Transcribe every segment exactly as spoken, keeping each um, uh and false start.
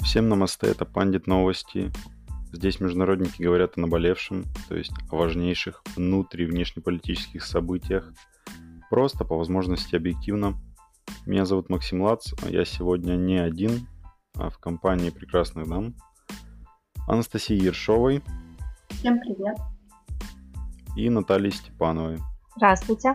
Всем намасте, это Пандит Новости. Здесь международники говорят о наболевшем, то есть о важнейших внутри- и внешнеполитических событиях, просто по возможности объективно. Меня зовут Максим Лац, а я сегодня не один, а в компании прекрасных дам Анастасии Ершовой Всем привет. и Натальи Степановой. Здравствуйте.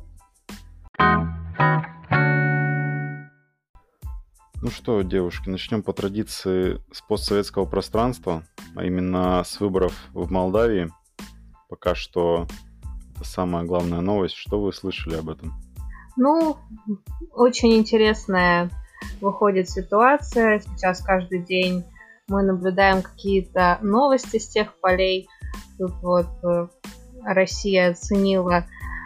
Ну что, девушки, начнем по традиции с постсоветского пространства, а именно с выборов в Молдавии. Пока что это самая главная новость. Что вы слышали об этом? Ну, очень интересная выходит ситуация. Сейчас каждый день мы наблюдаем какие-то новости с тех полей. Тут вот э, Россия оценила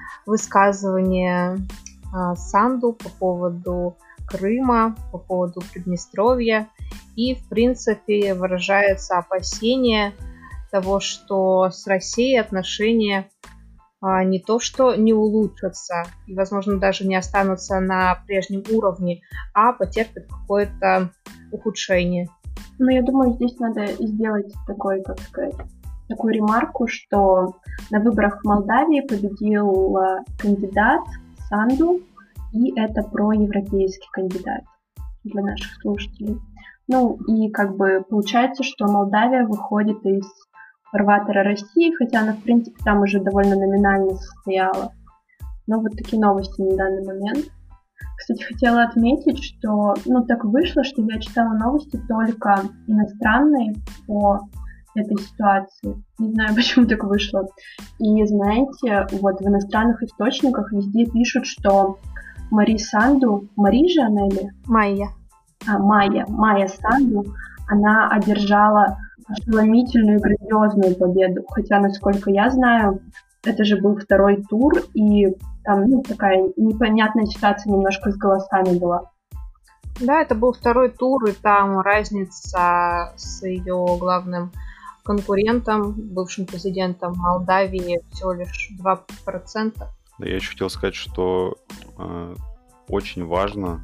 высказывание э, Санду по поводу Крыма, по поводу Приднестровья. И, в принципе, выражается опасение того, что с Россией отношения а, не то что не улучшатся, и, возможно, даже не останутся на прежнем уровне, а потерпят какое-то ухудшение. Ну, я думаю, здесь надо сделать такой, как сказать, такую ремарку, что на выборах в Молдавии победил кандидат Санду, и это проевропейский кандидат для наших слушателей. Ну, и как бы получается, что Молдавия выходит из фарватера России, хотя она, в принципе, там уже довольно номинально состояла. Но вот такие новости на данный момент. Кстати, хотела отметить, что, ну, так вышло, что я читала новости только иностранные по этой ситуации. Не знаю, почему так вышло. И, знаете, вот в иностранных источниках везде пишут, что Мари Санду, Мари же она или? Майя. А, Майя. Майя Санду, она одержала ошеломительную, грандиозную победу. Хотя, насколько я знаю, это же был второй тур, и там, ну, такая непонятная ситуация немножко с голосами была. Да, это был второй тур, и там разница с ее главным конкурентом, бывшим президентом Молдавии, всего лишь два процента. Да, я еще хотел сказать, что э, очень важно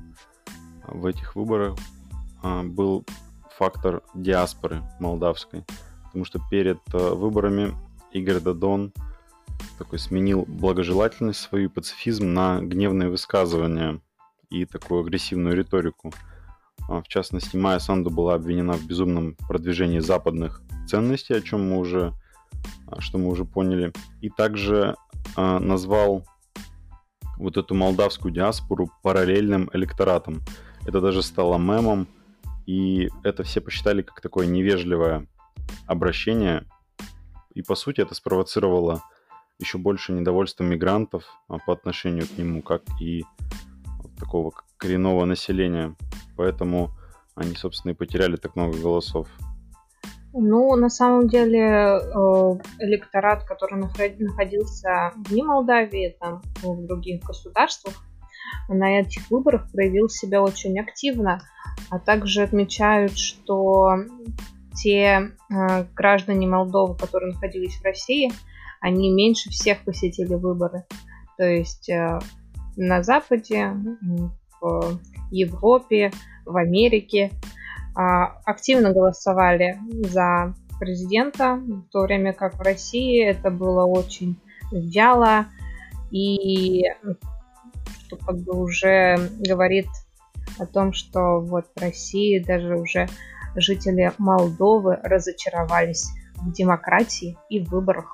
в этих выборах э, был фактор диаспоры молдавской, потому что перед э, выборами Игорь Додон такой сменил благожелательность свою, пацифизм на гневные высказывания и такую агрессивную риторику. В частности, Майя Санду была обвинена в безумном продвижении западных ценностей, о чем мы уже, что мы уже поняли, и также э, назвал вот эту молдавскую диаспору параллельным электоратом. Это даже стало мемом, и это все посчитали как такое невежливое обращение, и по сути это спровоцировало еще больше недовольства мигрантов по отношению к нему, как и такого коренного населения. Поэтому они, собственно, и потеряли так много голосов. Ну, на самом деле, электорат, который находился вне Молдавии, там, в других государствах, на этих выборах проявил себя очень активно. А также отмечают, что те граждане Молдовы, которые находились в России, они меньше всех посетили выборы. То есть на Западе, в Европе, в Америке активно голосовали за президента, в то время как в России это было очень вяло, и что как бы уже говорит о том, что вот в России даже уже жители Молдовы разочаровались в демократии и в выборах.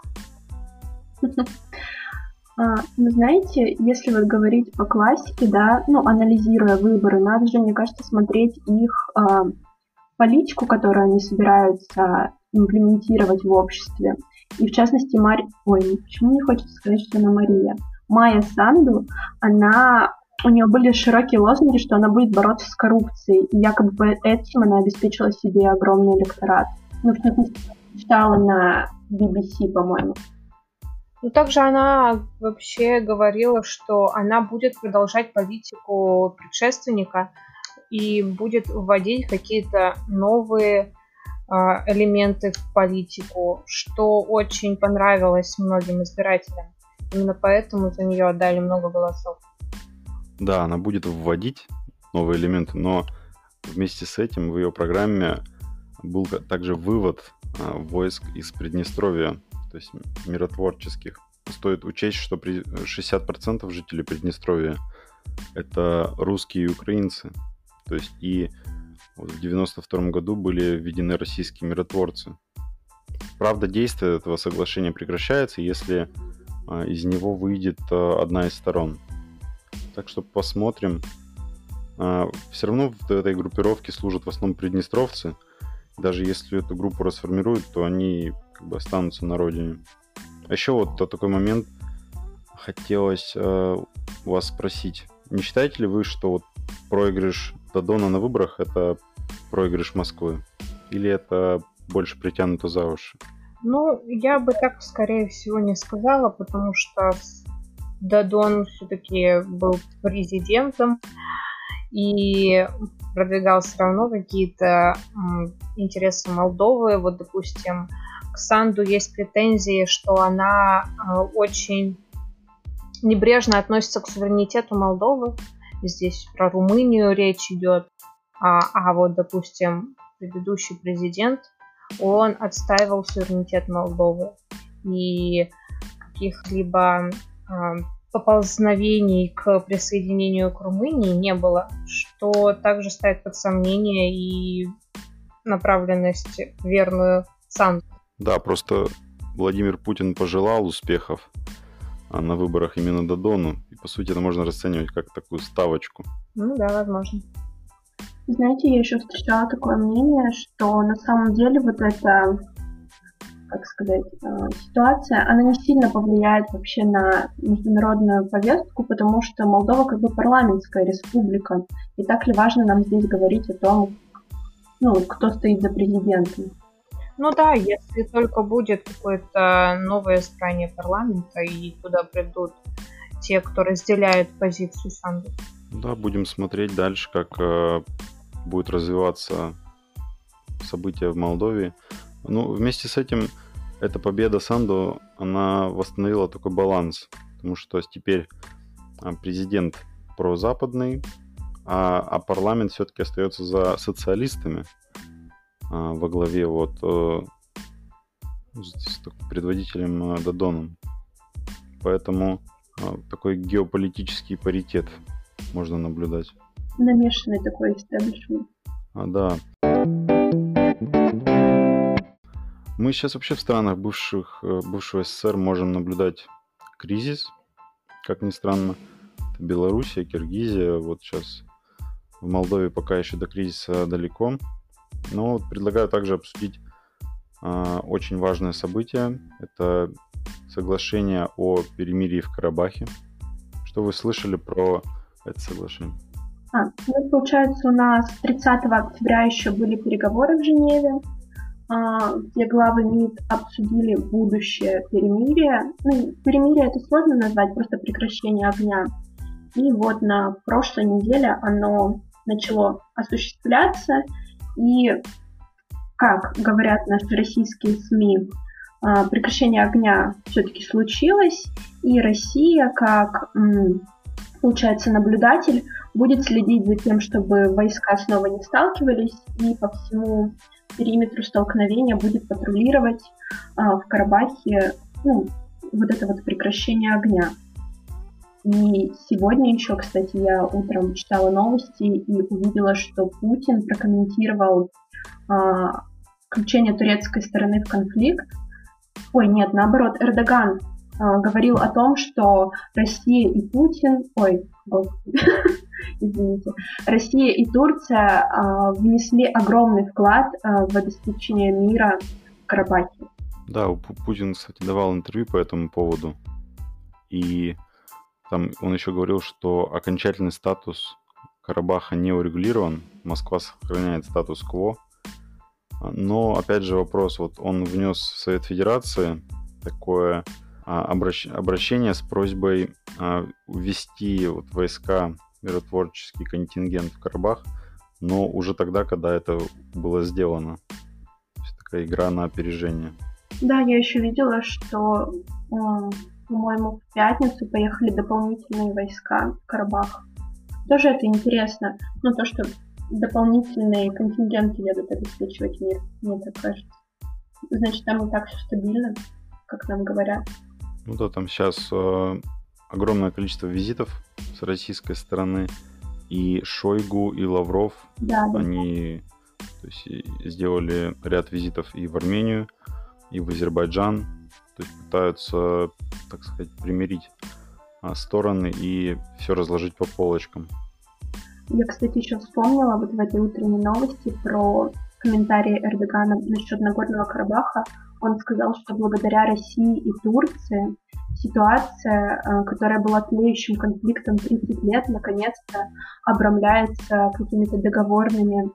А, ну, знаете, если вот говорить по классике, да, ну, анализируя выборы, надо же, мне кажется, смотреть их а, политику, которую они собираются имплементировать в обществе. И в частности, Марь... Ой, почему мне хочется сказать, что она Мария? Майя Санду, она... У нее были широкие лозунги, что она будет бороться с коррупцией. И якобы этим она обеспечила себе огромный электорат. Ну, в частности, читала на би би си, по-моему. Ну, также она вообще говорила, что она будет продолжать политику предшественника и будет вводить какие-то новые э, элементы в политику, что очень понравилось многим избирателям. Именно поэтому за нее отдали много голосов. Да, она будет вводить новые элементы, но вместе с этим в ее программе был также вывод а, войск из Приднестровья, то есть миротворческих. Стоит учесть, что шестьдесят процентов жителей Приднестровья — это русские и украинцы. То есть и вот в девяносто втором году были введены российские миротворцы. Правда, действие этого соглашения прекращается, если а, из него выйдет а, одна из сторон. Так что посмотрим. А, все равно в этой группировке служат в основном приднестровцы. Даже если эту группу расформируют, то они как бы останутся на родине. А еще вот такой момент хотелось э, у вас спросить. Не считаете ли вы, что вот проигрыш Додона на выборах — это проигрыш Москвы? Или это больше притянуто за уши? Ну, я бы так, скорее всего, не сказала, потому что Додон все-таки был президентом и продвигал все равно какие-то м, интересы Молдовы. Вот, допустим, к Санду есть претензии, что она э, очень небрежно относится к суверенитету Молдовы. Здесь про Румынию речь идет. А, а вот, допустим, предыдущий президент, он отстаивал суверенитет Молдовы. И каких-либо э, поползновений к присоединению к Румынии не было, что также ставит под сомнение и направленность верную Санду. Да, просто Владимир Путин пожелал успехов на выборах именно Додону. И, по сути, это можно расценивать как такую ставочку. Ну да, возможно. Знаете, я еще встречала такое мнение, что на самом деле вот эта, как сказать, ситуация, она не сильно повлияет вообще на международную повестку, потому что Молдова как бы парламентская республика. И так ли важно нам здесь говорить о том, ну, кто стоит за президентом? Ну да, если только будет какое-то новое избрание парламента и туда придут те, кто разделяет позицию Санду. Да, будем смотреть дальше, как э, будет развиваться события в Молдове. Ну, вместе с этим эта победа Санду, она восстановила такой баланс, потому что теперь президент прозападный, а, а парламент все-таки остается за социалистами а, во главе вот э, с предводителем э, Додоном. Поэтому э, такой геополитический паритет можно наблюдать. Намешанный такой истеблишмент. А, да. Мы сейчас вообще в странах бывших, бывшего СССР можем наблюдать кризис, как ни странно. Это Белоруссия, Киргизия. Вот сейчас в Молдове пока еще до кризиса далеко. Но вот предлагаю также обсудить а, очень важное событие. Это соглашение о перемирии в Карабахе. Что вы слышали про это соглашение? А, ну, получается, у нас тридцатого октября еще были переговоры в Женеве, где главы МИД обсудили будущее перемирие. Ну, перемирие это сложно назвать, просто прекращение огня. И вот на прошлой неделе оно начало осуществляться. И, как говорят наши российские СМИ, прекращение огня все-таки случилось. И Россия, как, получается, наблюдатель, будет следить за тем, чтобы войска снова не сталкивались, и по всему периметру столкновения будет патрулировать а, в Карабахе, ну, вот это вот прекращение огня. И сегодня еще, кстати, я утром читала новости и увидела, что Путин прокомментировал а, включение турецкой стороны в конфликт. Ой, нет, наоборот, Эрдоган а, говорил о том, что Россия и Путин... Ой, господи, извините. Россия и Турция а, внесли огромный вклад а, в обеспечение мира в Карабахе. Да, Путин, кстати, давал интервью по этому поводу. И там он еще говорил, что окончательный статус Карабаха не урегулирован. Москва сохраняет статус-кво. Но, опять же, вопрос. Вот он внес в Совет Федерации такое обращ... обращение с просьбой ввести вот войска, миротворческий контингент в Карабах, но уже тогда, когда это было сделано. То есть такая игра на опережение. Да, я еще видела, что, по-моему, в пятницу поехали дополнительные войска в Карабах. Тоже это интересно. Ну, то, что дополнительные контингенты едут обеспечивать мир, мне так кажется. Значит, там не так все стабильно, как нам говорят. Ну да, там сейчас э, огромное количество визитов с российской стороны. И Шойгу, и Лавров, да, да. они то есть, сделали ряд визитов и в Армению, и в Азербайджан. То есть пытаются, так сказать, примирить а, стороны и все разложить по полочкам. Я, кстати, еще вспомнила вот в этой утренней новости про комментарии Эрдогана насчет Нагорного Карабаха. Он сказал, что благодаря России и Турции ситуация, которая была тлеющим конфликтом тридцать лет, наконец-то обрамляется какими-то договорными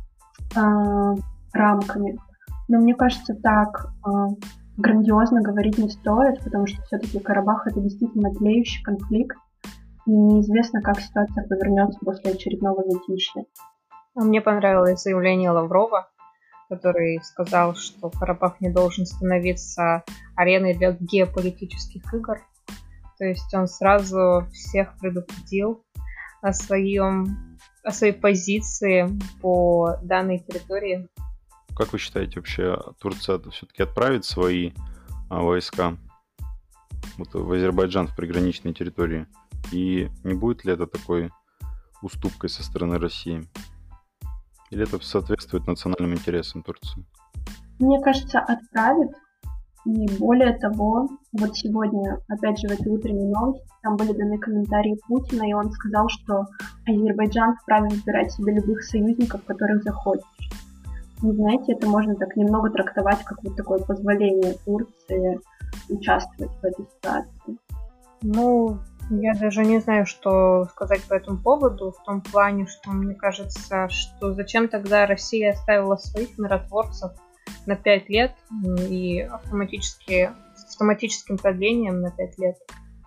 э, рамками. Но мне кажется, так э, грандиозно говорить не стоит, потому что все-таки Карабах — это действительно тлеющий конфликт, и неизвестно, как ситуация повернется после очередного затишья. Мне понравилось заявление Лаврова, который сказал, что Карабах не должен становиться ареной для геополитических игр. То есть он сразу всех предупредил о, своем, о своей позиции по данной территории. Как вы считаете, вообще Турция все-таки отправит свои а, войска вот, в Азербайджан, в приграничной территории? И не будет ли это такой уступкой со стороны России? Или это соответствует национальным интересам Турции? Мне кажется, отправит. И более того, вот сегодня, опять же, в этой утренней новости, там были даны комментарии Путина, и он сказал, что Азербайджан вправе выбирать себе любых союзников, которых захочешь. И, знаете, это можно так немного трактовать, как вот такое позволение Турции участвовать в этой ситуации. Ну, я даже не знаю, что сказать по этому поводу, в том плане, что мне кажется, что зачем тогда Россия оставила своих миротворцев на пять лет и автоматически, с автоматическим продлением на пять лет.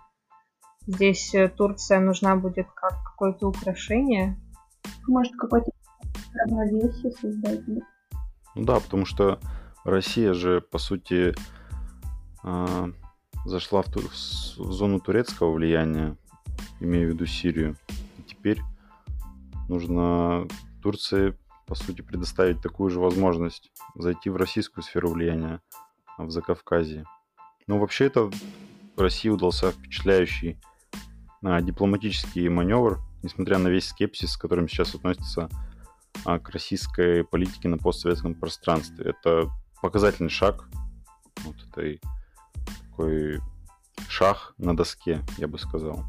Здесь Турция нужна будет как какое-то украшение. Может, какое-то равновесие создать? Ну да, потому что Россия же, по сути, зашла в, ту, в зону турецкого влияния, имея в виду Сирию. И теперь нужно Турции, по сути, предоставить такую же возможность зайти в российскую сферу влияния в Закавказье. Но вообще это России удался впечатляющий а, дипломатический маневр, несмотря на весь скепсис, с которым сейчас относится а, к российской политике на постсоветском пространстве. Это показательный шаг вот этой такой шах на доске, я бы сказал.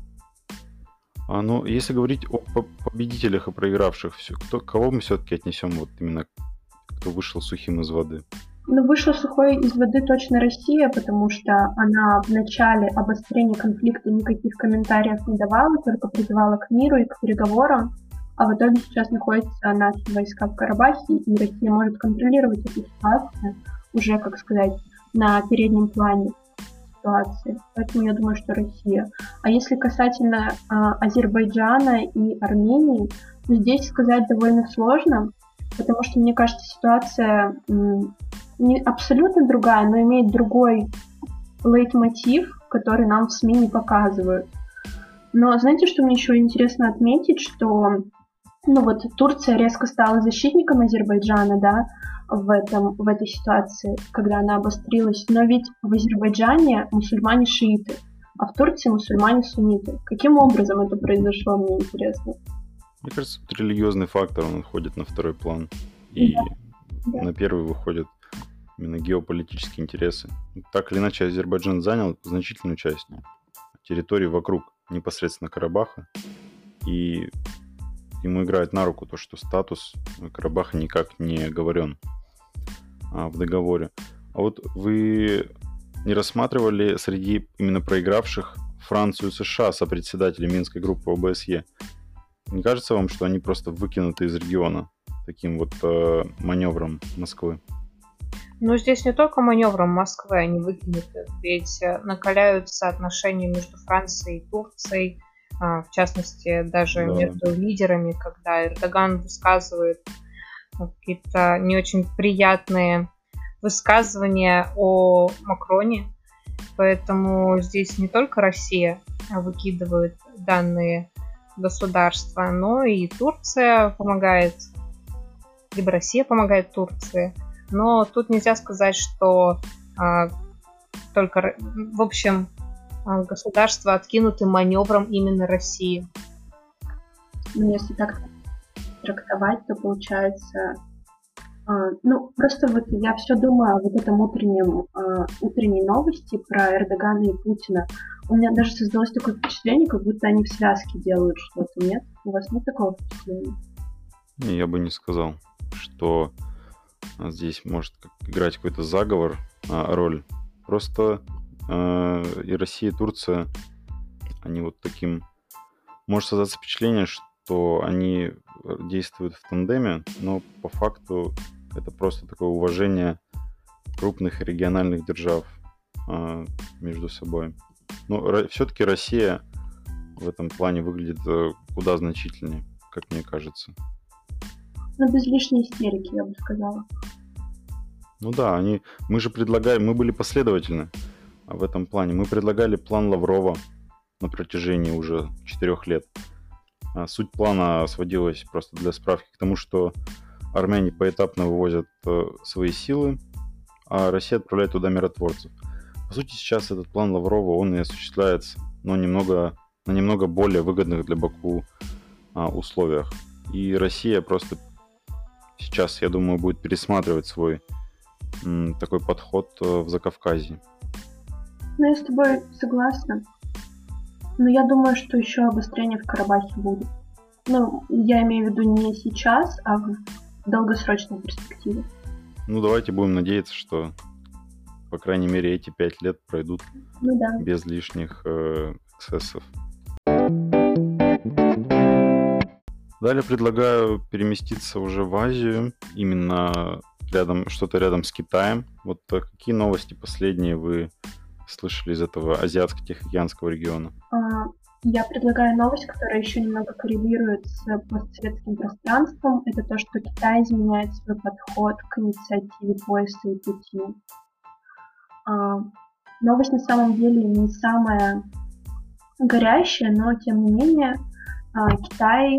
А, ну, если говорить о победителях и проигравших, все, кто, кого мы все-таки отнесем вот именно, кто вышел сухим из воды? Ну, вышла сухой из воды точно Россия, потому что она в начале обострения конфликта никаких комментариев не давала, только призывала к миру и к переговорам, а в итоге сейчас находятся наши войска в Карабахе, и Россия может контролировать эту ситуацию уже, как сказать, на переднем плане ситуации. Поэтому я думаю, что Россия. А если касательно э, Азербайджана и Армении, то здесь сказать довольно сложно, потому что, мне кажется, ситуация м, не абсолютно другая, но имеет другой лейтмотив, который нам в СМИ не показывают. Но знаете, что мне еще интересно отметить, что ну вот Турция резко стала защитником Азербайджана, да, в, этом, в этой ситуации, когда она обострилась. Но ведь в Азербайджане мусульмане шииты, а в Турции мусульмане сунниты. Каким образом это произошло, мне интересно. Мне кажется, вот религиозный фактор, он отходит на второй план. И да, да. На первый выходят именно геополитические интересы. Так или иначе, Азербайджан занял значительную часть территории вокруг непосредственно Карабаха. И ему играет на руку то, что статус Карабаха никак не оговорен а, в договоре. А вот вы не рассматривали среди именно проигравших Францию и США, сопредседателей Минской группы О Бэ Эс Е? Не кажется вам, что они просто выкинуты из региона таким вот э, маневром Москвы? Ну, здесь не только маневром Москвы они выкинуты, ведь накаляются отношения между Францией и Турцией, в частности, даже да. между лидерами, когда Эрдоган высказывает какие-то не очень приятные высказывания о Макроне. Поэтому здесь не только Россия выкидывает данные государства, но и Турция помогает, либо Россия помогает Турции. Но тут нельзя сказать, что а, только, в общем, а, государства откинуты маневром именно России. Ну, если так трактовать, то получается... А, ну, просто вот я все думаю о вот этом утреннем, а, утренней новости про Эрдогана и Путина. У меня даже создалось такое впечатление, как будто они в связке делают что-то, нет? У вас нет такого впечатления? Не, я бы не сказал, что здесь может играть какой-то заговор а, роль. Просто э, и Россия, и Турция, они вот таким... Может создаться впечатление, что они действуют в тандеме, но по факту это просто такое уважение крупных региональных держав э, между собой. Но все-таки Россия в этом плане выглядит э, куда значительнее, как мне кажется. Ну, без лишней истерики, я бы сказала. Ну да, они, мы же предлагали, мы были последовательны в этом плане. Мы предлагали план Лаврова на протяжении уже четырех лет. А суть плана сводилась, просто для справки, к тому, что армяне поэтапно вывозят э, свои силы, а Россия отправляет туда миротворцев. По сути, сейчас этот план Лаврова, он и осуществляется, но немного, на немного более выгодных для Баку а, условиях. И Россия просто сейчас, я думаю, будет пересматривать свой м, такой подход в Закавказье. Ну, я с тобой согласна. Но я думаю, что еще обострение в Карабахе будет. Ну, я имею в виду не сейчас, а в долгосрочной перспективе. Ну, давайте будем надеяться, что, по крайней мере, эти пять лет пройдут ну, да. без лишних э, эксцессов. Далее предлагаю переместиться уже в Азию, именно рядом, что-то рядом с Китаем. Вот какие новости последние вы слышали из этого азиатско-тихоокеанского региона? Я предлагаю новость, которая еще немного коррелирует с постсоветским пространством. Это то, что Китай изменяет свой подход к инициативе пояса и пути. Новость на самом деле не самая горящая, но тем не менее Китай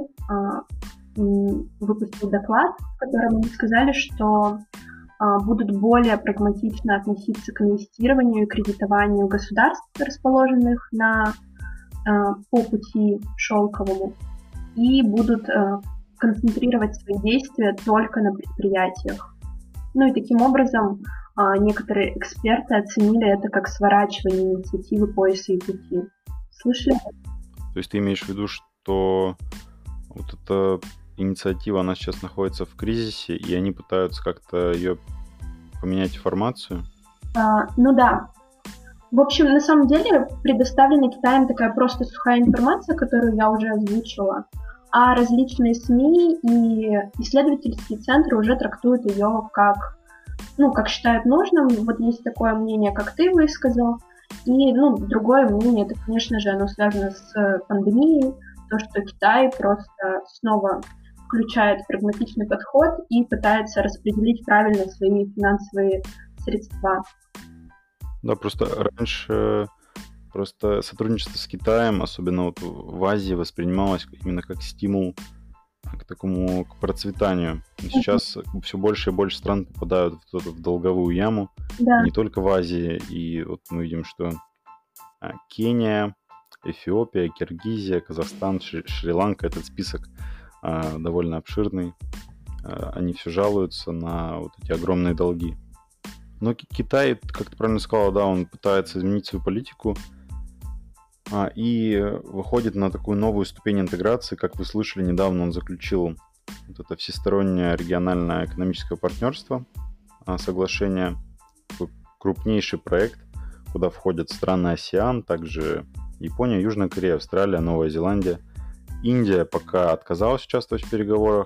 выпустил доклад, в котором они сказали, что будут более прагматично относиться к инвестированию и кредитованию государств, расположенных на, по пути шелковому, и будут концентрировать свои действия только на предприятиях. Ну и таким образом некоторые эксперты оценили это как сворачивание инициативы пояса и пути. Слышали? То есть ты имеешь в виду, что вот эта инициатива, она сейчас находится в кризисе, и они пытаются как-то ее поменять формацию? А, ну да. В общем, на самом деле предоставлена Китаем такая просто сухая информация, которую я уже озвучила, а различные СМИ и исследовательские центры уже трактуют ее как, ну, как считают нужным. Вот есть такое мнение, как ты высказал, и, ну, другое мнение, это, конечно же, оно связано с пандемией, то, что Китай просто снова включает прагматичный подход и пытается распределить правильно свои финансовые средства. Да, просто раньше просто сотрудничество с Китаем, особенно вот в Азии, воспринималось именно как стимул к такому к процветанию. Сейчас mm-hmm. все больше и больше стран попадают в, в долговую яму, да. не только в Азии. И вот мы видим, что Кения, Эфиопия, Киргизия, Казахстан, Шри- Шри-Ланка, этот список а, довольно обширный. А, они все жалуются на вот эти огромные долги. Но Китай, как ты правильно сказала, да, он пытается изменить свою политику а, и выходит на такую новую ступень интеграции. Как вы слышали, недавно он заключил вот это всестороннее региональное экономическое партнерство, а, соглашение, крупнейший проект, куда входят страны АСЕАН, также Япония, Южная Корея, Австралия, Новая Зеландия. Индия пока отказалась участвовать в переговорах,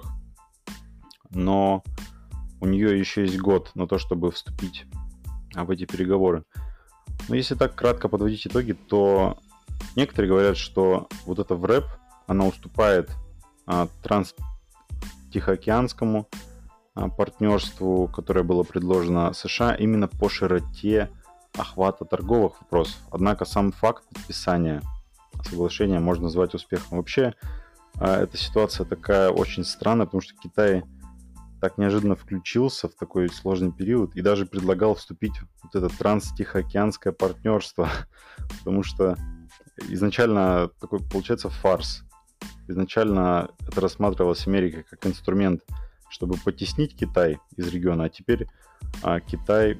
но у нее еще есть год на то, чтобы вступить в эти переговоры. Но если так кратко подводить итоги, то некоторые говорят, что вот эта ВРЭП, она уступает а, транс-тихоокеанскому а, партнерству, которое было предложено США именно по широте охвата торговых вопросов. Однако сам факт подписания соглашение можно назвать успехом. Вообще, эта ситуация такая очень странная, потому что Китай так неожиданно включился в такой сложный период и даже предлагал вступить в вот это транс-тихоокеанское партнерство, потому что изначально такой, получается, фарс. Изначально это рассматривалось Америкой как инструмент, чтобы потеснить Китай из региона, а теперь а, Китай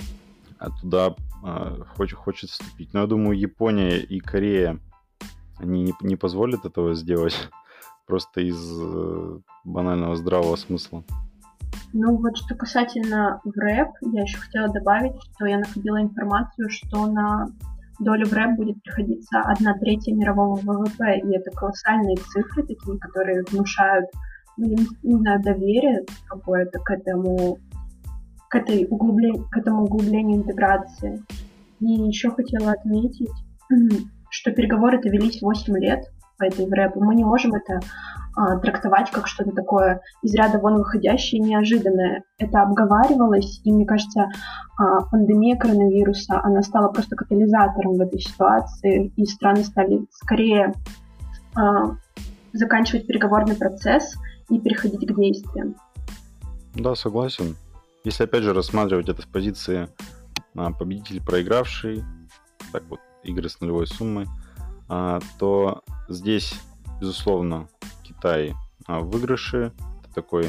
туда а, хочет, хочет вступить. Но я думаю, Япония и Корея, они не, не позволят этого сделать просто из э, банального здравого смысла. Ну вот что касательно в рэп, я еще хотела добавить, что я находила информацию, что на долю в рэп будет приходиться одна третья мирового ВВП, и это колоссальные цифры такие, которые внушают, ну, я не, не знаю, доверие какое-то к этому, к, этой углублен... к этому углублению интеграции. И еще хотела отметить, что переговоры-то велись восемь лет по этой в рэпу. Мы не можем это а, трактовать как что-то такое из ряда вон выходящее и неожиданное. Это обговаривалось, и мне кажется, а, пандемия коронавируса, она стала просто катализатором в этой ситуации, и страны стали скорее а, заканчивать переговорный процесс и переходить к действиям. Да, согласен. Если опять же рассматривать это с позиции а, победитель-проигравший, так вот, игры с нулевой суммой, а, то здесь, безусловно, Китай а, в выигрыше. Это такой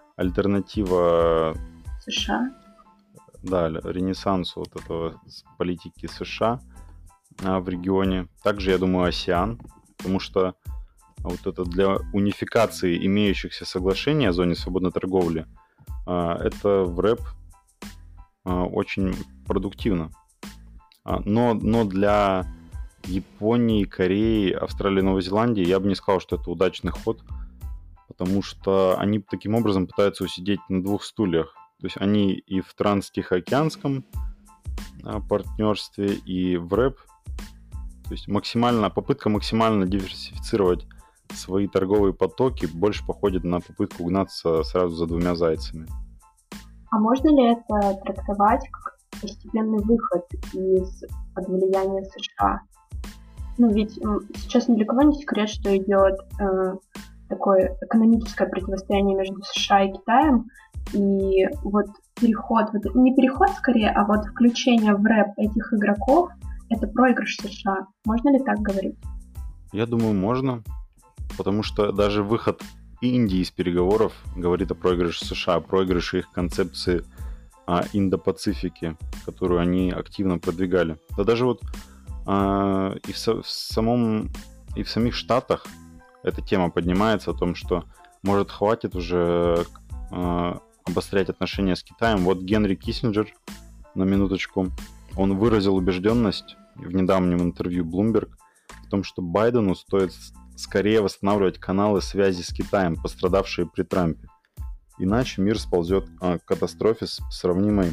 альтернатива США. Да, ренессансу вот этого политики США а, в регионе. Также, я думаю, АСЕАН, потому что вот это для унификации имеющихся соглашений о зоне свободной торговли, а, это в рэп а, очень продуктивно. А, но, но для Японии, Кореи, Австралии, Новой Зеландии я бы не сказал, что это удачный ход, потому что они таким образом пытаются усидеть на двух стульях. То есть они и в транс-тихоокеанском а, партнерстве, и в рэп. То есть максимально, попытка максимально диверсифицировать свои торговые потоки больше походит на попытку угнаться сразу за двумя зайцами. А можно ли это трактовать как постепенный выход из-под влияния США? Ну, ведь сейчас ни для кого не секрет, что идет э, такое экономическое противостояние между США и Китаем, и вот переход, вот, не переход скорее, а вот включение в рэп этих игроков — это проигрыш США. Можно ли так говорить? Я думаю, можно, потому что даже выход Индии из переговоров говорит о проигрыше США, о проигрыше их концепции а, Индо-Пацифики, которую они активно продвигали. Да даже вот а, и, в, в самом, и в самих Штатах эта тема поднимается о том, что, может, хватит уже а, обострять отношения с Китаем. Вот Генри Киссинджер, на минуточку, он выразил убежденность в недавнем интервью Bloomberg в том, что Байдену стоит скорее восстанавливать каналы связи с Китаем, пострадавшие при Трампе. Иначе мир сползет к катастрофе, сравнимой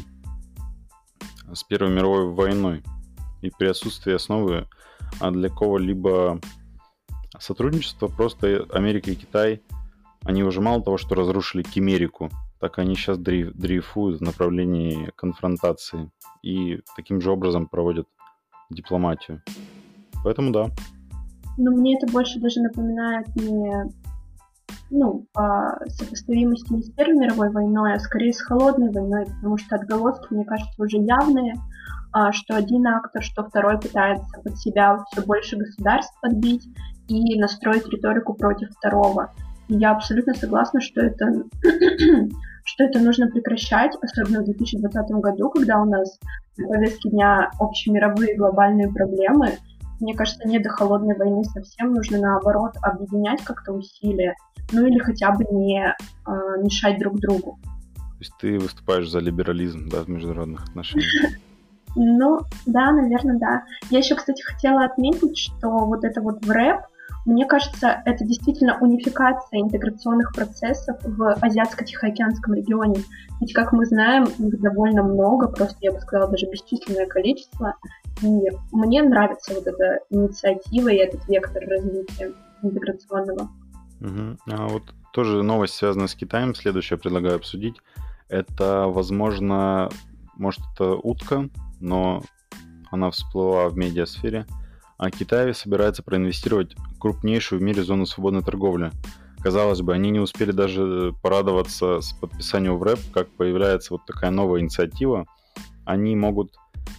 с Первой мировой войной. И при отсутствии основы для кого-либо сотрудничества просто Америка и Китай, они уже мало того, что разрушили Кимерику, так они сейчас дрейфуют в направлении конфронтации и таким же образом проводят дипломатию. Поэтому да. Но мне это больше даже напоминает не, ну, по сопоставимости не с Первой мировой войной, а скорее с Холодной войной, потому что отголоски, мне кажется, уже явные, что один актор, что второй пытается под себя все больше государств подбить и настроить риторику против второго. И я абсолютно согласна, что это, что это нужно прекращать, особенно в две тысячи двадцатом году, когда у нас на повестке дня общемировые глобальные проблемы. Мне кажется, не до холодной войны совсем, нужно наоборот объединять как-то усилия, ну или хотя бы не э, мешать друг другу. То есть ты выступаешь за либерализм, да, в международных отношениях? Ну, да, наверное, да. Я еще, кстати, хотела отметить, что вот это вот в рэп, мне кажется, это действительно унификация интеграционных процессов в Азиатско-Тихоокеанском регионе. Ведь, как мы знаем, их довольно много, просто, я бы сказала, даже бесчисленное количество. И мне нравится вот эта инициатива и этот вектор развития интеграционного. Угу. А вот тоже новость, связанная с Китаем, следующее предлагаю обсудить. Это, возможно, может, это утка, но она всплыла в медиасфере. а Китай собирается проинвестировать крупнейшую в мире зону свободной торговли. Казалось бы, они не успели даже порадоваться с подписанием в РЭП, как появляется вот такая новая инициатива. Они могут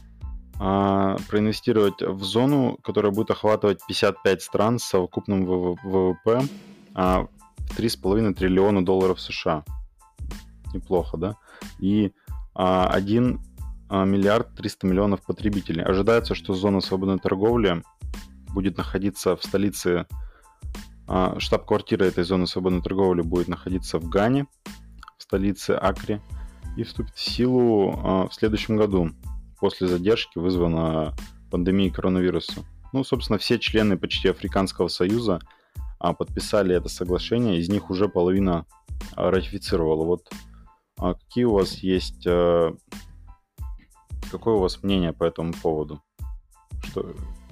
а, проинвестировать в зону, которая будет охватывать пятьдесят пять стран с совокупным ВВП а, в три с половиной триллиона долларов США. Неплохо, да? И а, один миллиард триста миллионов потребителей. Ожидается, что зона свободной торговли будет находиться в столице, штаб-квартира этой зоны свободной торговли будет находиться в Гане, в столице Акре, и вступит в силу в следующем году, после задержки, вызванной пандемией коронавируса. Ну, собственно, все члены почти Африканского союза подписали это соглашение, из них уже половина ратифицировала. Вот какие у вас есть... Какое у вас мнение по этому поводу? Что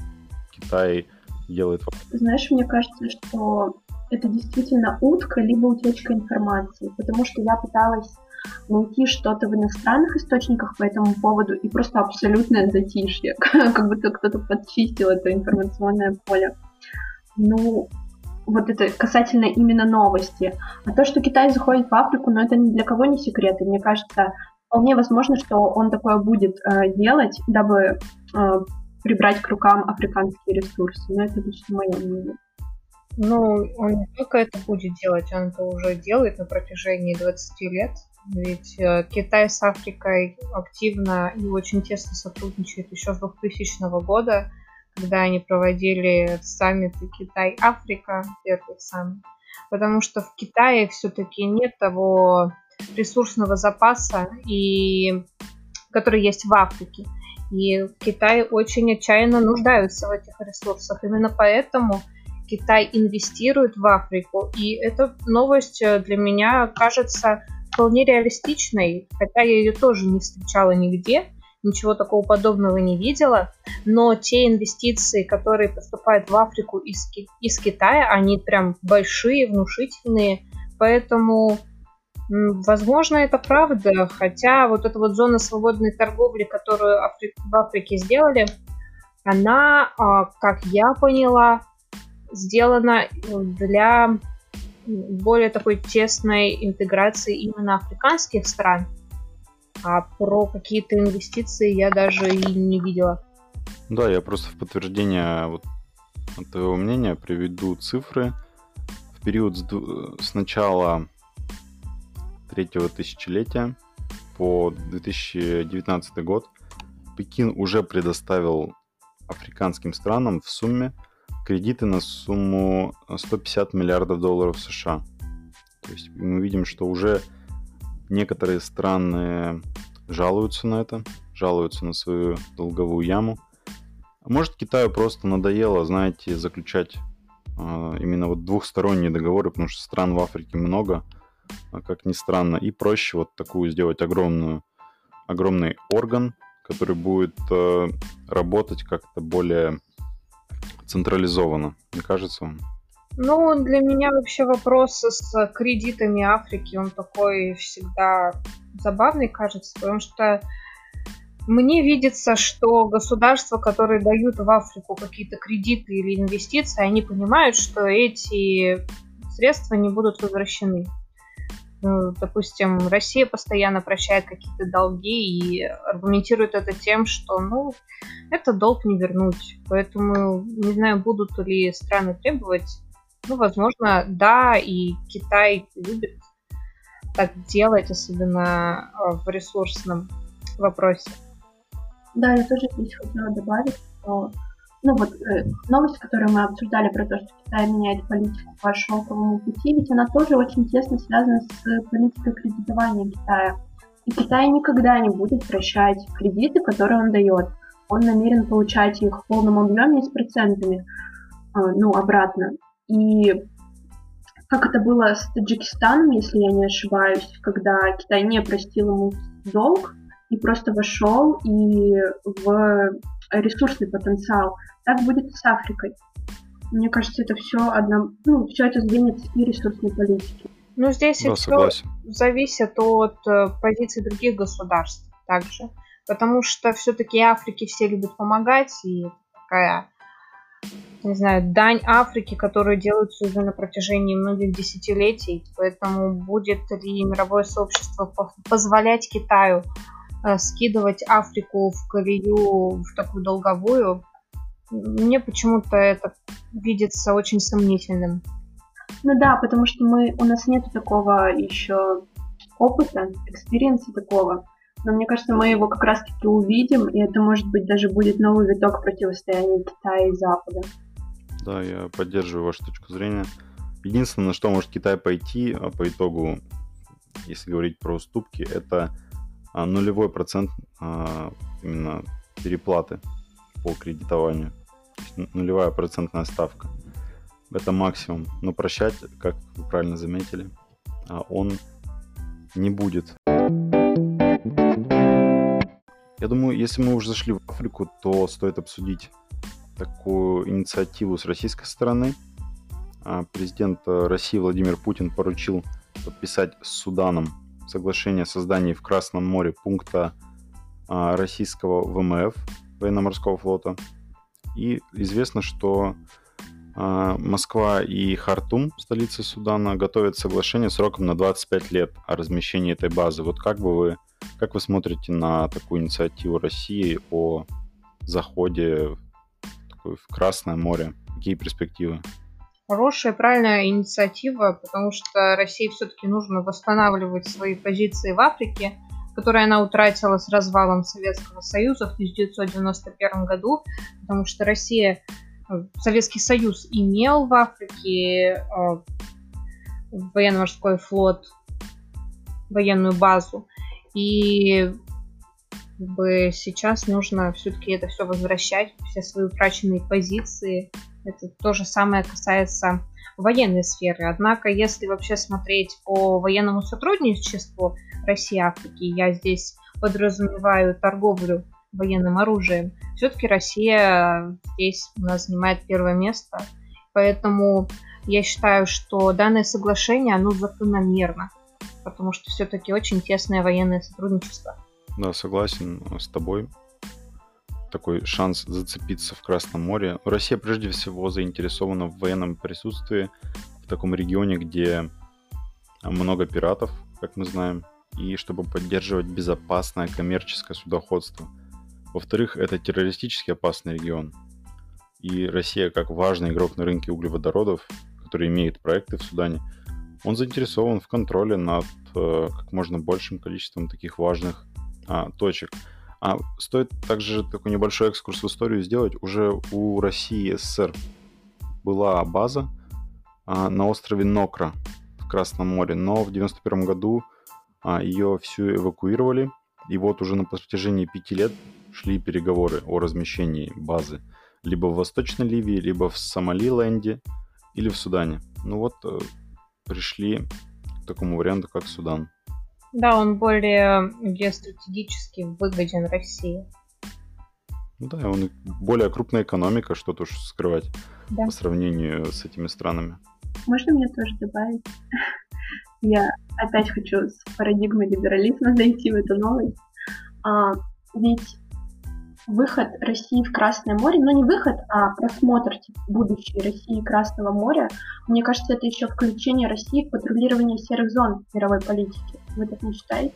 Китай делает? Знаешь, мне кажется, что это действительно утка, либо утечка информации, потому что я пыталась найти что-то в иностранных источниках по этому поводу, и просто абсолютное затишье, как будто кто-то подчистил это информационное поле. Ну, вот это касательно именно новости. А то, что Китай заходит в Африку, ну, это ни для кого не секрет, и мне кажется, вполне возможно, что он такое будет э, делать, дабы э, прибрать к рукам африканские ресурсы. Но это лично мое мнение. Ну, он не только это будет делать, он это уже делает на протяжении двадцати лет. Ведь э, Китай с Африкой активно и очень тесно сотрудничает еще с двухтысячного года, когда они проводили саммиты Китай-Африка, первый саммит. Потому что в Китае все-таки нет того ресурсного запаса, и... который есть в Африке. И Китай очень отчаянно нуждаются в этих ресурсах. Именно поэтому Китай инвестирует в Африку. И эта новость для меня кажется вполне реалистичной, хотя я ее тоже не встречала нигде, ничего такого подобного не видела. Но те инвестиции, которые поступают в Африку из, из Китая, они прям большие, внушительные. Поэтому... Возможно, это правда, хотя вот эта вот зона свободной торговли, которую Афри... в Африке сделали, она, как я поняла, сделана для более такой тесной интеграции именно африканских стран, а про какие-то инвестиции я даже и не видела. Да, я просто в подтверждение вот твоего мнения приведу цифры. В период с, с начала третьего тысячелетия по две тысячи девятнадцатый год Пекин уже предоставил африканским странам в сумме кредиты на сумму сто пятьдесят миллиардов долларов США. То есть мы видим, что уже некоторые страны жалуются на это, жалуются на свою долговую яму. А может, Китаю просто надоело, знаете, заключать э, именно вот двухсторонние договоры, потому что стран в Африке много, как ни странно, и проще вот такую сделать огромную, огромный орган, который будет э, работать как-то более централизованно, не кажется вам? Ну, для меня вообще вопрос с кредитами Африки, он такой всегда забавный, кажется, потому что мне видится, что государства, которые дают в Африку какие-то кредиты или инвестиции, они понимают, что эти средства не будут возвращены. Допустим, Россия постоянно прощает какие-то долги и аргументирует это тем, что, ну, это долг не вернуть. Поэтому не знаю, будут ли страны требовать. Ну, возможно, да, и Китай любит так делать, особенно в ресурсном вопросе. Да, я тоже здесь хотела добавить, что ну вот э, новость, которую мы обсуждали про то, что Китай меняет политику по шелковому пути, ведь она тоже очень тесно связана с политикой кредитования Китая. И Китай никогда не будет прощать кредиты, которые он дает. Он намерен получать их в полном объеме и с процентами, э, ну, обратно. И как это было с Таджикистаном, если я не ошибаюсь, когда Китай не простил ему долг и просто вошел и в ресурсный потенциал. Так будет и с Африкой. Мне кажется, это все одно, ну, все это звенит и ресурсной политики. Ну, здесь да, все согласен. зависит от э, позиций других государств также. Потому что все-таки Африке все любят помогать, и такая не знаю, дань Африке, которую делается уже на протяжении многих десятилетий. Поэтому будет ли мировое сообщество позволять Китаю э, скидывать Африку в колею, в такую долговую? Мне почему-то это видится очень сомнительным. Ну да, потому что мы, у нас нет такого еще опыта, экспириенса такого. Но мне кажется, мы его как раз-таки увидим, и это, может быть, даже будет новый виток противостояния Китая и Запада. Да, я поддерживаю вашу точку зрения. Единственное, на что может Китай пойти по итогу, если говорить про уступки, это нулевой процент именно переплаты по кредитованию. Нулевая процентная ставка. Это максимум. Но прощать, как вы правильно заметили, он не будет. Я думаю, если мы уже зашли в Африку, то стоит обсудить такую инициативу с российской стороны. Президент России Владимир Путин поручил подписать с Суданом соглашение о создании в Красном море пункта российского ВМФ, военно-морского флота. И известно, что Москва и Хартум, столица Судана, готовят соглашение сроком на двадцать пять лет о размещении этой базы. Вот как бы вы, как вы смотрите на такую инициативу России о заходе в Красное море? Какие перспективы? Хорошая, правильная инициатива, потому что России все-таки нужно восстанавливать свои позиции в Африке, которые она утратила с развалом Советского Союза в тысяча девятьсот девяносто первом году, потому что Россия, Советский Союз имел в Африке военно-морской флот, военную базу, и как бы сейчас нужно все-таки это все возвращать, все свои утраченные позиции. Это то же самое касается военной сферы. Однако, если вообще смотреть по военному сотрудничеству России и Африки, я здесь подразумеваю торговлю военным оружием, все-таки Россия здесь у нас занимает первое место. Поэтому я считаю, что данное соглашение, оно закономерно, потому что все-таки очень тесное военное сотрудничество. Да, согласен с тобой. Такой шанс зацепиться в Красном море. Россия прежде всего заинтересована в военном присутствии в таком регионе, где много пиратов, как мы знаем, и чтобы поддерживать безопасное коммерческое судоходство. Во-вторых, это террористически опасный регион. И Россия, как важный игрок на рынке углеводородов, который имеет проекты в Судане, он заинтересован в контроле над э, как можно большим количеством таких важных а, точек. А стоит также такой небольшой экскурс в историю сделать. Уже у России и СССР была база а, на острове Нокра в Красном море, но в девяносто первом году а, ее всю эвакуировали. И вот уже на протяжении пяти лет шли переговоры о размещении базы либо в Восточной Ливии, либо в Сомалиленде или в Судане. Ну вот э, пришли к такому варианту, как Судан. Да, он более геостратегически выгоден России. Ну да, он более крупная экономика, что тут скрывать, да, по сравнению с этими странами. Можно мне тоже добавить? Я опять хочу с парадигмы либерализма зайти в эту новость. А, ведь выход России в Красное море, ну не выход, а просмотр типа, будущей России и Красного моря, мне кажется, это еще включение России в патрулирование серых зон мировой политики. Вы так не считаете?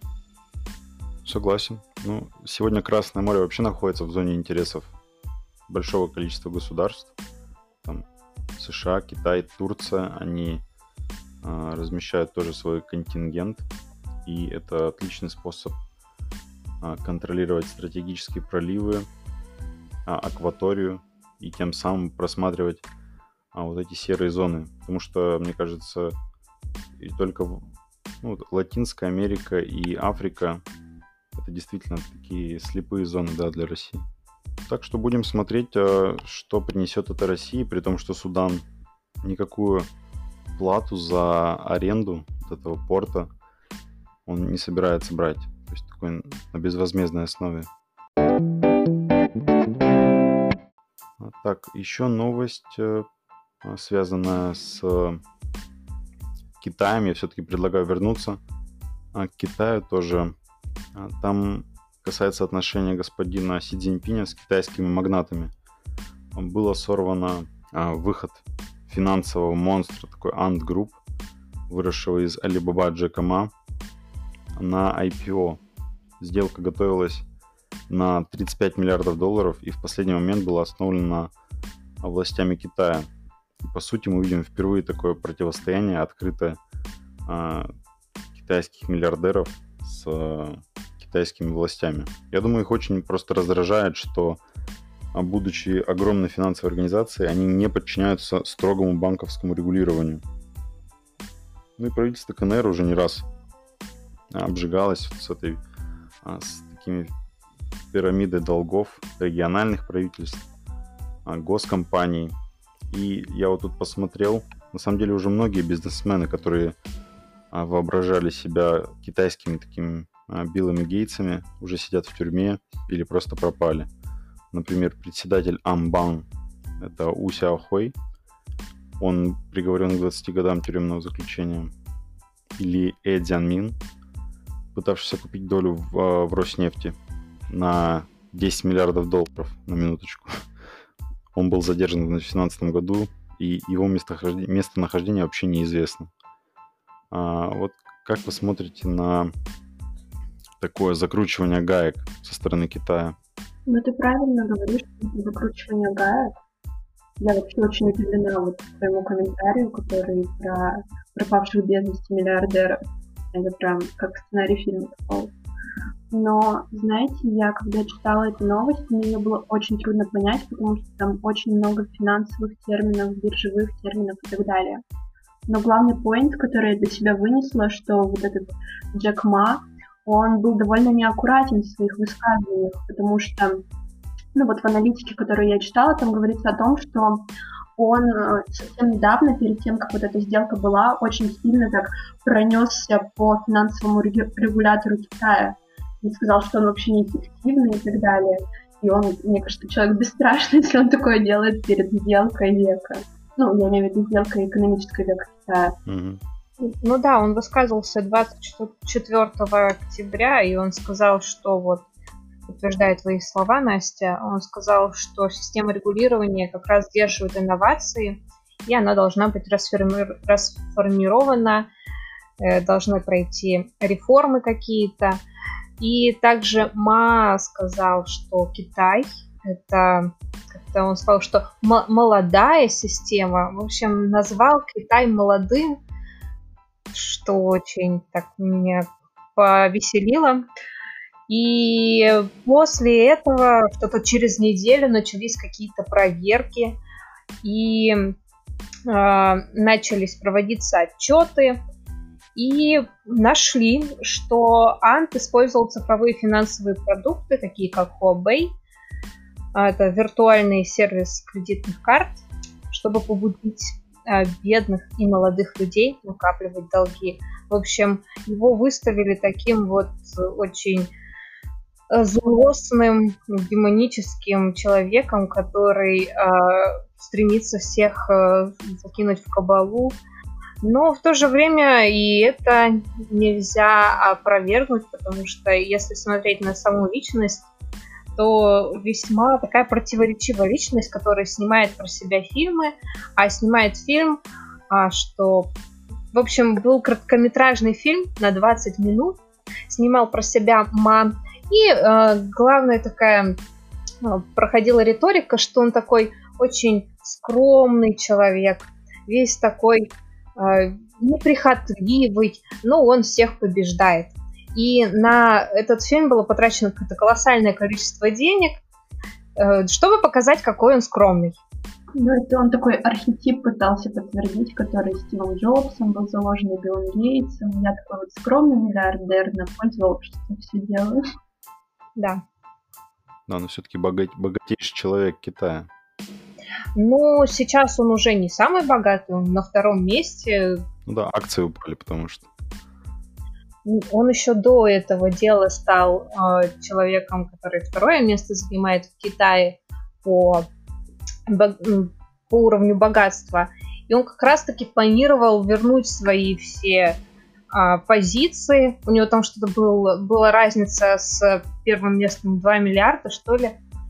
Согласен. Ну, сегодня Красное море вообще находится в зоне интересов большого количества государств. Там США, Китай, Турция, они э, размещают тоже свой контингент, и это отличный способ э, контролировать стратегические проливы, э, акваторию и тем самым просматривать э, вот эти серые зоны. Потому что, мне кажется, и только ну, Латинская Америка и Африка — это действительно такие слепые зоны, да, для России. Так что будем смотреть, что принесет это России, при том, что Судан никакую плату за аренду вот этого порта он не собирается брать. То есть такой на безвозмездной основе. Так, еще новость, связанная с Китаем. Я все-таки предлагаю вернуться к Китаю тоже. Там касается отношения господина Си Цзиньпиня с китайскими магнатами. было сорвано а, выход финансового монстра, такой Ant Group, выросшего из Alibaba Джека Ма, на ай пи о. Сделка готовилась на тридцать пять миллиардов долларов и в последний момент была остановлена властями Китая. И, по сути, мы видим впервые такое противостояние открытое а, китайских миллиардеров с а, китайскими властями. Я думаю, их очень просто раздражает, что, а, будучи огромной финансовой организацией, они не подчиняются строгому банковскому регулированию. Ну и правительство КНР уже не раз обжигалось с этой а, с такими пирамидой долгов региональных правительств, а, госкомпаний. И я вот тут посмотрел, на самом деле уже многие бизнесмены, которые а, воображали себя китайскими такими а, Биллами Гейтсами, уже сидят в тюрьме или просто пропали. Например, председатель Амбан, это У Сяохой, он приговорен к двадцати годам тюремного заключения. Или Э Цзянмин, пытавшийся купить долю в, в Роснефти на десять миллиардов долларов, на минуточку. Он был задержан в две тысячи семнадцатом году, и его местонахождение, местонахождение вообще неизвестно. А вот как вы смотрите на такое закручивание гаек со стороны Китая? Ну, ты правильно говоришь, что это закручивание гаек. Я вообще очень удивлена вот твоему комментарию, который про пропавших без вести миллиардеров. Это прям как сценарий фильма такого. Но, знаете, я когда читала эту новость, мне ее было очень трудно понять, потому что там очень много финансовых терминов, биржевых терминов и так далее. Но главный поинт, который я для себя вынесла, что вот этот Джек Ма, он был довольно неаккуратен в своих высказываниях, потому что, ну вот в аналитике, которую я читала, там говорится о том, что он совсем недавно, перед тем, как вот эта сделка была, очень сильно так пронесся по финансовому регулятору Китая и сказал, что он вообще неэффективный и так далее. И он, мне кажется, человек бесстрашный, если он такое делает перед сделкой века. Ну, я имею в виду сделкой экономической века Китая. Mm-hmm. Ну да, он высказывался двадцать четвёртого октября, и он сказал, что вот, подтверждает твои слова, Настя, он сказал, что система регулирования как раз сдерживает инновации, и она должна быть расформи- расформирована, э, должны пройти реформы какие-то. И также Ма сказал, что Китай, это, как-то он сказал, что м- молодая система, в общем, назвал Китай молодым, что очень так меня повеселило. И после этого что-то через неделю начались какие-то проверки, и э, начались проводиться отчеты, и нашли, что Ant использовал цифровые финансовые продукты, такие как Huobi, это виртуальный сервис кредитных карт, чтобы побудить э, бедных и молодых людей накапливать долги. В общем, его выставили таким вот очень злостным, демоническим человеком, который э, стремится всех э, закинуть в кабалу. Но в то же время и это нельзя опровергнуть, потому что если смотреть на саму личность, то весьма такая противоречивая личность, которая снимает про себя фильмы, а снимает фильм, а, что, в общем, был короткометражный фильм на двадцать минут, снимал про себя Ма. И э, главная такая э, проходила риторика, что он такой очень скромный человек, весь такой э, неприхотливый, но он всех побеждает. И на этот фильм было потрачено какое-то колоссальное количество денег, э, чтобы показать, какой он скромный. Ну, это он такой архетип пытался подтвердить, который Стивом Джобсом был заложен и Биллом Гейтсом. Я такой вот скромный миллиардер, на пользу обществу все делаю. Да. Да, но все-таки богат... богатейший человек Китая. Ну, сейчас он уже не самый богатый, он на втором месте. Ну да, акции упали, потому что... Он еще до этого дела стал э, человеком, который второе место занимает в Китае по, по уровню богатства. И он как раз-таки планировал вернуть свои все э, позиции. У него там что-то было, была разница с первым местом два миллиарда, что ли.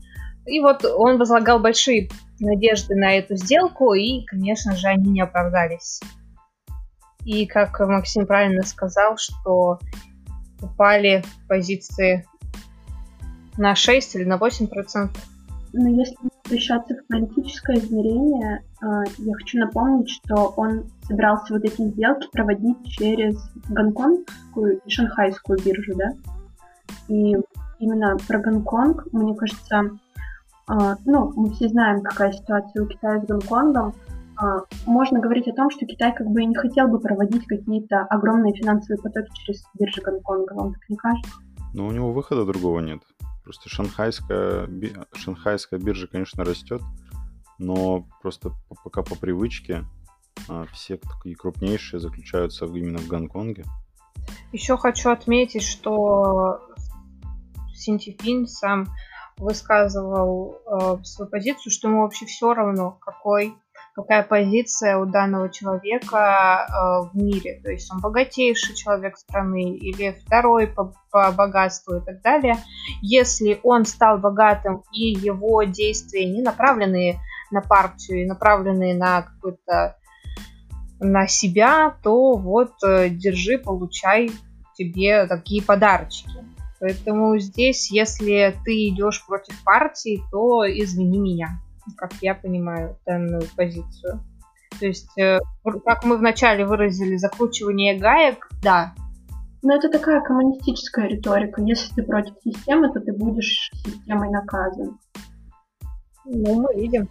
И вот он возлагал большие надежды на эту сделку, и, конечно же, они не оправдались. И, как Максим правильно сказал, что упали позиции на шесть или на восемь процентов. Но если возвращаться в политическое измерение, я хочу напомнить, что он собирался вот эти сделки проводить через гонконгскую и шанхайскую биржу, да? И именно про Гонконг, мне кажется, ну, мы все знаем, какая ситуация у Китая с Гонконгом. Можно говорить о том, что Китай как бы и не хотел бы проводить какие-то огромные финансовые потоки через биржу Гонконга. Вам так не кажется? Но у него выхода другого нет. Просто шанхайская, би... шанхайская биржа, конечно, растет, но просто пока по привычке все такие крупнейшие заключаются именно в Гонконге. Еще хочу отметить, что Синьцзинь сам высказывал э, свою позицию, что ему вообще все равно, какой, какая позиция у данного человека э, в мире. То есть он богатейший человек страны или второй по, по богатству и так далее. Если он стал богатым и его действия не направленные на партию, и направленные на какой-то на себя, то вот э, держи, получай тебе такие подарочки. Поэтому здесь, если ты идешь против партии, то извини меня, как я понимаю данную позицию. То есть, э, как мы вначале выразили, закручивание гаек, да. Но это такая коммунистическая риторика. Если ты против системы, то ты будешь системой наказан. Ну, мы видим.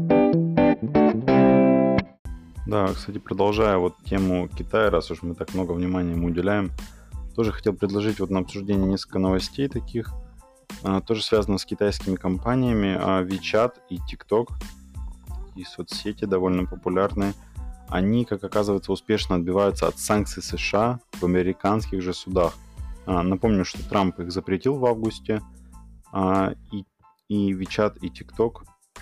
Да, кстати, продолжая вот тему Китая, раз уж мы так много внимания ему уделяем, тоже хотел предложить вот на обсуждение несколько новостей таких, а, тоже связано с китайскими компаниями, а WeChat и TikTok, и соцсети довольно популярные, они, как оказывается, успешно отбиваются от санкций США в американских же судах. А, напомню, что Трамп их запретил в августе, а, и, и WeChat, и TikTok.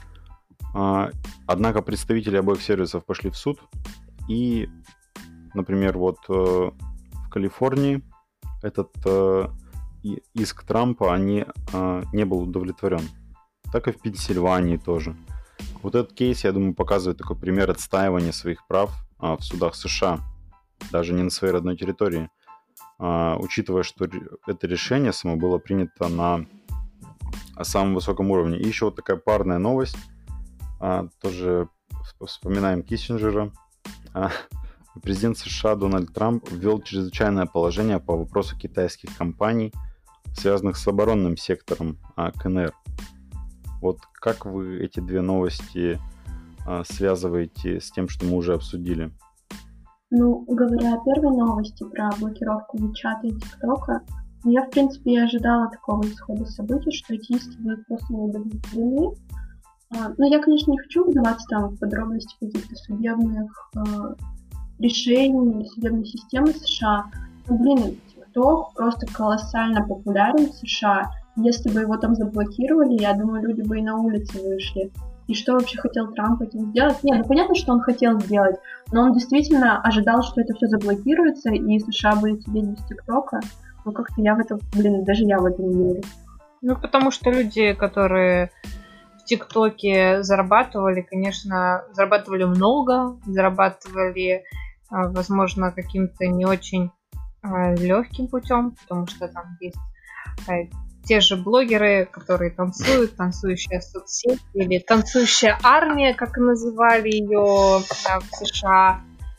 А, однако представители обоих сервисов пошли в суд, и, например, вот э, в Калифорнии этот э, иск Трампа они, э, не был удовлетворен. Так и в Пенсильвании тоже. Вот этот кейс, я думаю, показывает такой пример отстаивания своих прав э, в судах США, даже не на своей родной территории, э, учитывая, что это решение само было принято на самом высоком уровне. И еще вот такая парная новость. А, тоже вспоминаем Киссинджера. А, президент США Дональд Трамп ввел чрезвычайное положение по вопросу китайских компаний, связанных с оборонным сектором а, КНР. Вот как вы эти две новости а, связываете с тем, что мы уже обсудили? Ну, говоря о первой новости про блокировку WeChat и TikTok, я, в принципе, и ожидала такого исхода событий, что эти иски будут просто не удовлетворены. Ну, я, конечно, не хочу вдаваться там в подробности каких-то судебных э, решений или судебной системы США. Но, блин, TikTok просто колоссально популярен в США. Если бы его там заблокировали, я думаю, люди бы и на улице вышли. И что вообще хотел Трамп этим сделать? Нет, ну понятно, что он хотел сделать, но он действительно ожидал, что это все заблокируется, и США будет сидеть без ТикТока. Но как-то я в это, блин, даже я в это не верю. Ну, потому что люди, которые в ТикТоке зарабатывали, конечно, зарабатывали много, зарабатывали, возможно, каким-то не очень легким путем, потому что там есть те же блогеры, которые танцуют, танцующая соцсеть или танцующая армия, как называли ее в США.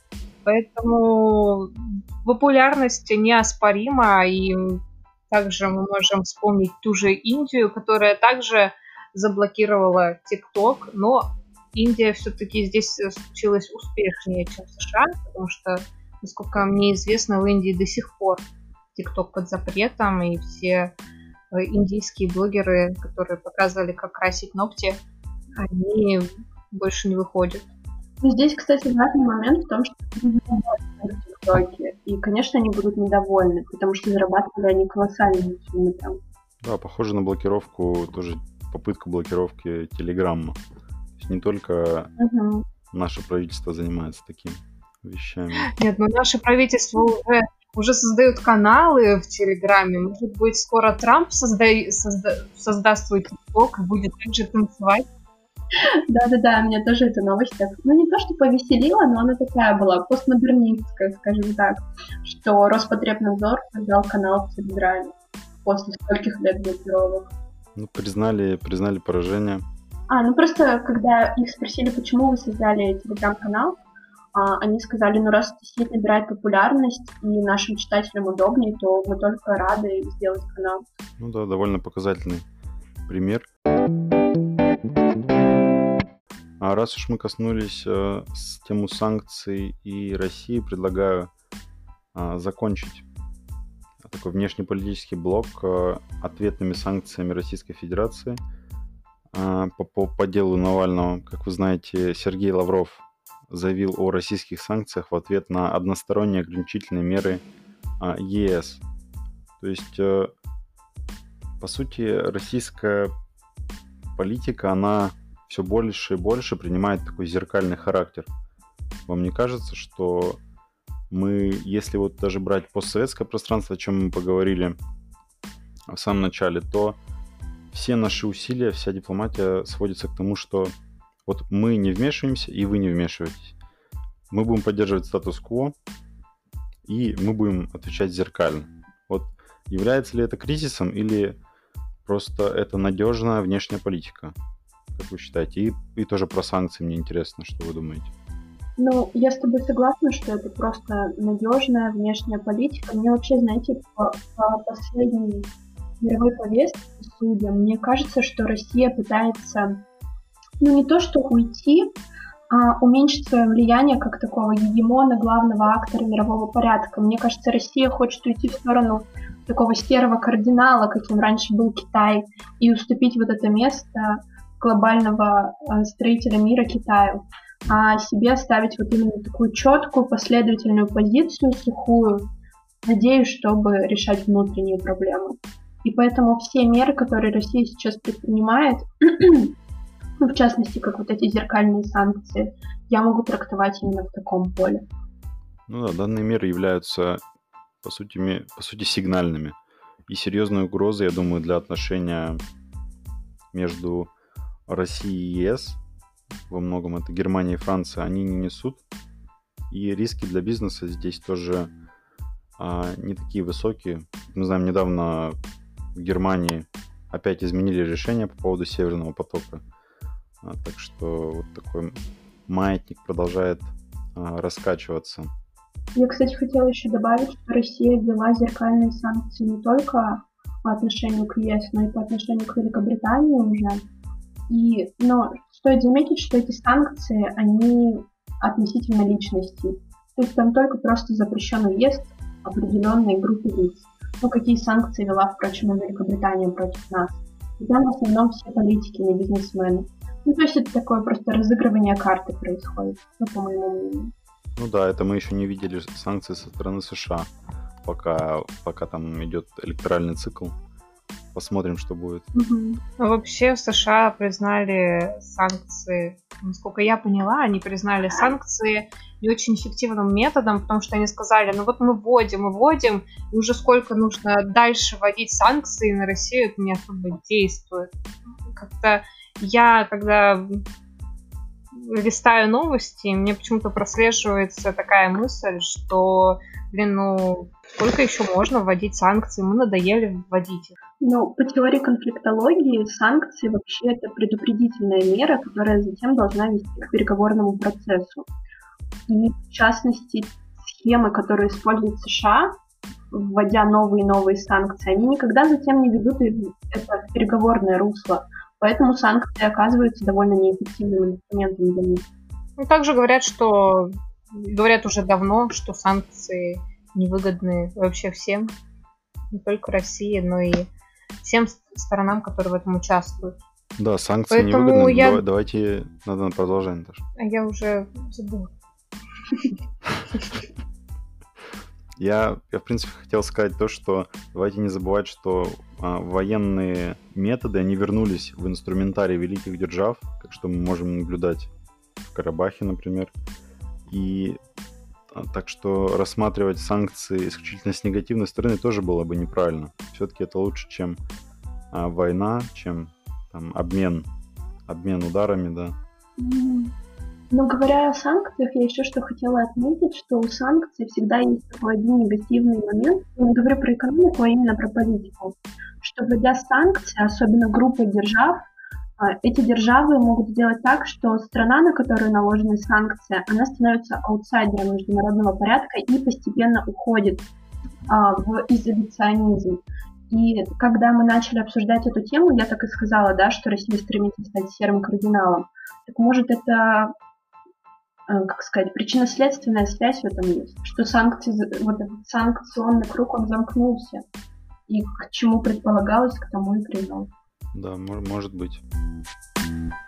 Поэтому популярность неоспорима, и также мы можем вспомнить ту же Индию, которая также заблокировала TikTok, но Индия все-таки здесь случилась успешнее, чем США, потому что, насколько мне известно, в Индии до сих пор TikTok под запретом, и все индийские блогеры, которые показывали, как красить ногти, они больше не выходят. Ну, здесь, кстати, важный момент в том, что люди работают в ТикТоке, и, конечно, они будут недовольны, потому что зарабатывали они колоссальные суммы там. Да, похоже на блокировку, тоже попытка блокировки Телеграма. То есть не только угу. наше правительство занимается такими вещами. Нет, но наше правительство уже, уже создает каналы в Телеграме. Может быть, скоро Трамп созда... Созда... создаст свой TikTok ТикТок и будет также танцевать. Да-да-да, меня тоже эта новость так, ну не то, что повеселила, но она такая была постмодернистская, скажем так, что Роспотребнадзор создал канал в Телеграме после стольких лет блокировок. Ну, признали, признали поражение. А, ну просто, когда их спросили, почему вы создали Телеграм-канал, а, они сказали, ну раз это сеть набирает популярность и нашим читателям удобнее, то мы только рады сделать канал. Ну да, довольно показательный пример. А раз уж мы коснулись э, с тему санкций и России, предлагаю э, закончить такой внешнеполитический блок э, ответными санкциями Российской Федерации. Э, по, по, по делу Навального, как вы знаете, Сергей Лавров заявил о российских санкциях в ответ на односторонние ограничительные меры э, ЕС. То есть, э, по сути, российская политика, она все больше и больше принимает такой зеркальный характер. Вам не кажется, что мы, если вот даже брать постсоветское пространство, о чем мы поговорили в самом начале, то все наши усилия, вся дипломатия сводится к тому, что вот мы не вмешиваемся, и вы не вмешиваетесь. Мы будем поддерживать статус-кво, и мы будем отвечать зеркально. Вот является ли это кризисом, или просто это надежная внешняя политика? Как вы считаете? И, и тоже про санкции мне интересно, что вы думаете. Ну, я с тобой согласна, что это просто надежная внешняя политика. Мне вообще, знаете, по, по последней мировой повестке, судя, мне кажется, что Россия пытается, ну, не то что уйти, а уменьшить свое влияние как такого гегемона, главного актора мирового порядка. Мне кажется, Россия хочет уйти в сторону такого серого кардинала, каким раньше был Китай, и уступить вот это место глобального э, строителя мира Китаю, а себе оставить вот именно такую четкую, последовательную позицию, сухую, надеюсь, чтобы решать внутренние проблемы. И поэтому все меры, которые Россия сейчас предпринимает, ну, в частности, как вот эти зеркальные санкции, я могу трактовать именно в таком поле. Ну да, данные меры являются, по сути, ми- по сути сигнальными. И серьезной угрозы, я думаю, для отношения между Россией и ЕС, во многом это Германия и Франция, они не несут. И риски для бизнеса здесь тоже а, не такие высокие. Мы знаем, недавно в Германии опять изменили решение по поводу Северного потока. А, так что вот такой маятник продолжает а, раскачиваться. Я, кстати, хотела еще добавить, что Россия ввела зеркальные санкции не только по отношению к ЕС, но и по отношению к Великобритании уже. И, но стоит заметить, что эти санкции, они относительно личностей. То есть там только просто запрещен въезд определенной группы лиц. Ну, какие санкции вела, впрочем, и Великобритания против нас. И там в основном все политики, не бизнесмены. Ну, то есть это такое просто разыгрывание карты происходит, ну, по моему мнению. Ну да, это мы еще не видели санкции со стороны США, пока, пока там идет электоральный цикл. Посмотрим, что будет. Угу. Ну, вообще в США признали санкции, насколько я поняла, они признали санкции не очень эффективным методом, потому что они сказали, ну вот мы вводим, мы вводим, и уже сколько нужно дальше вводить санкции на Россию, это не особо действует. Как-то я, когда листаю новости, мне почему-то прослеживается такая мысль, что, блин, ну сколько еще можно вводить санкции, мы надоели вводить их. Ну, по теории конфликтологии, санкции вообще это предупредительная мера, которая затем должна вести к переговорному процессу. И, в частности, схемы, которые используют США, вводя новые и новые санкции, они никогда затем не ведут это в переговорное русло. Поэтому санкции оказываются довольно неэффективным инструментом для них. Ну, также говорят, что говорят уже давно, что санкции невыгодны вообще всем, не только России, но и всем сторонам, которые в этом участвуют. Да, санкции Поэтому невыгодны. я... Давай, давайте надо продолжать, Наташа. А я уже забыла. Я, я, в принципе, хотел сказать то, что давайте не забывать, что а, военные методы, они вернулись в инструментарий великих держав, как что мы можем наблюдать в Карабахе, например. И а, так что рассматривать санкции исключительно с негативной стороны тоже было бы неправильно. Все-таки это лучше, чем а, война, чем там обмен, обмен ударами, да. Mm. Но говоря о санкциях, я еще что хотела отметить, что у санкций всегда есть такой один негативный момент. Я не говорю про экономику, а именно про политику. Что вводя санкции, особенно группы держав, эти державы могут сделать так, что страна, на которую наложены санкции, она становится аутсайдером международного порядка и постепенно уходит а, в изоляционизм. И когда мы начали обсуждать эту тему, я так и сказала, да, что Россия стремится стать серым кардиналом. Так может это, как сказать, причинно-следственная связь в этом есть, что санкции, вот этот санкционный круг, он замкнулся. И к чему предполагалось, к тому и привел. Да, может быть.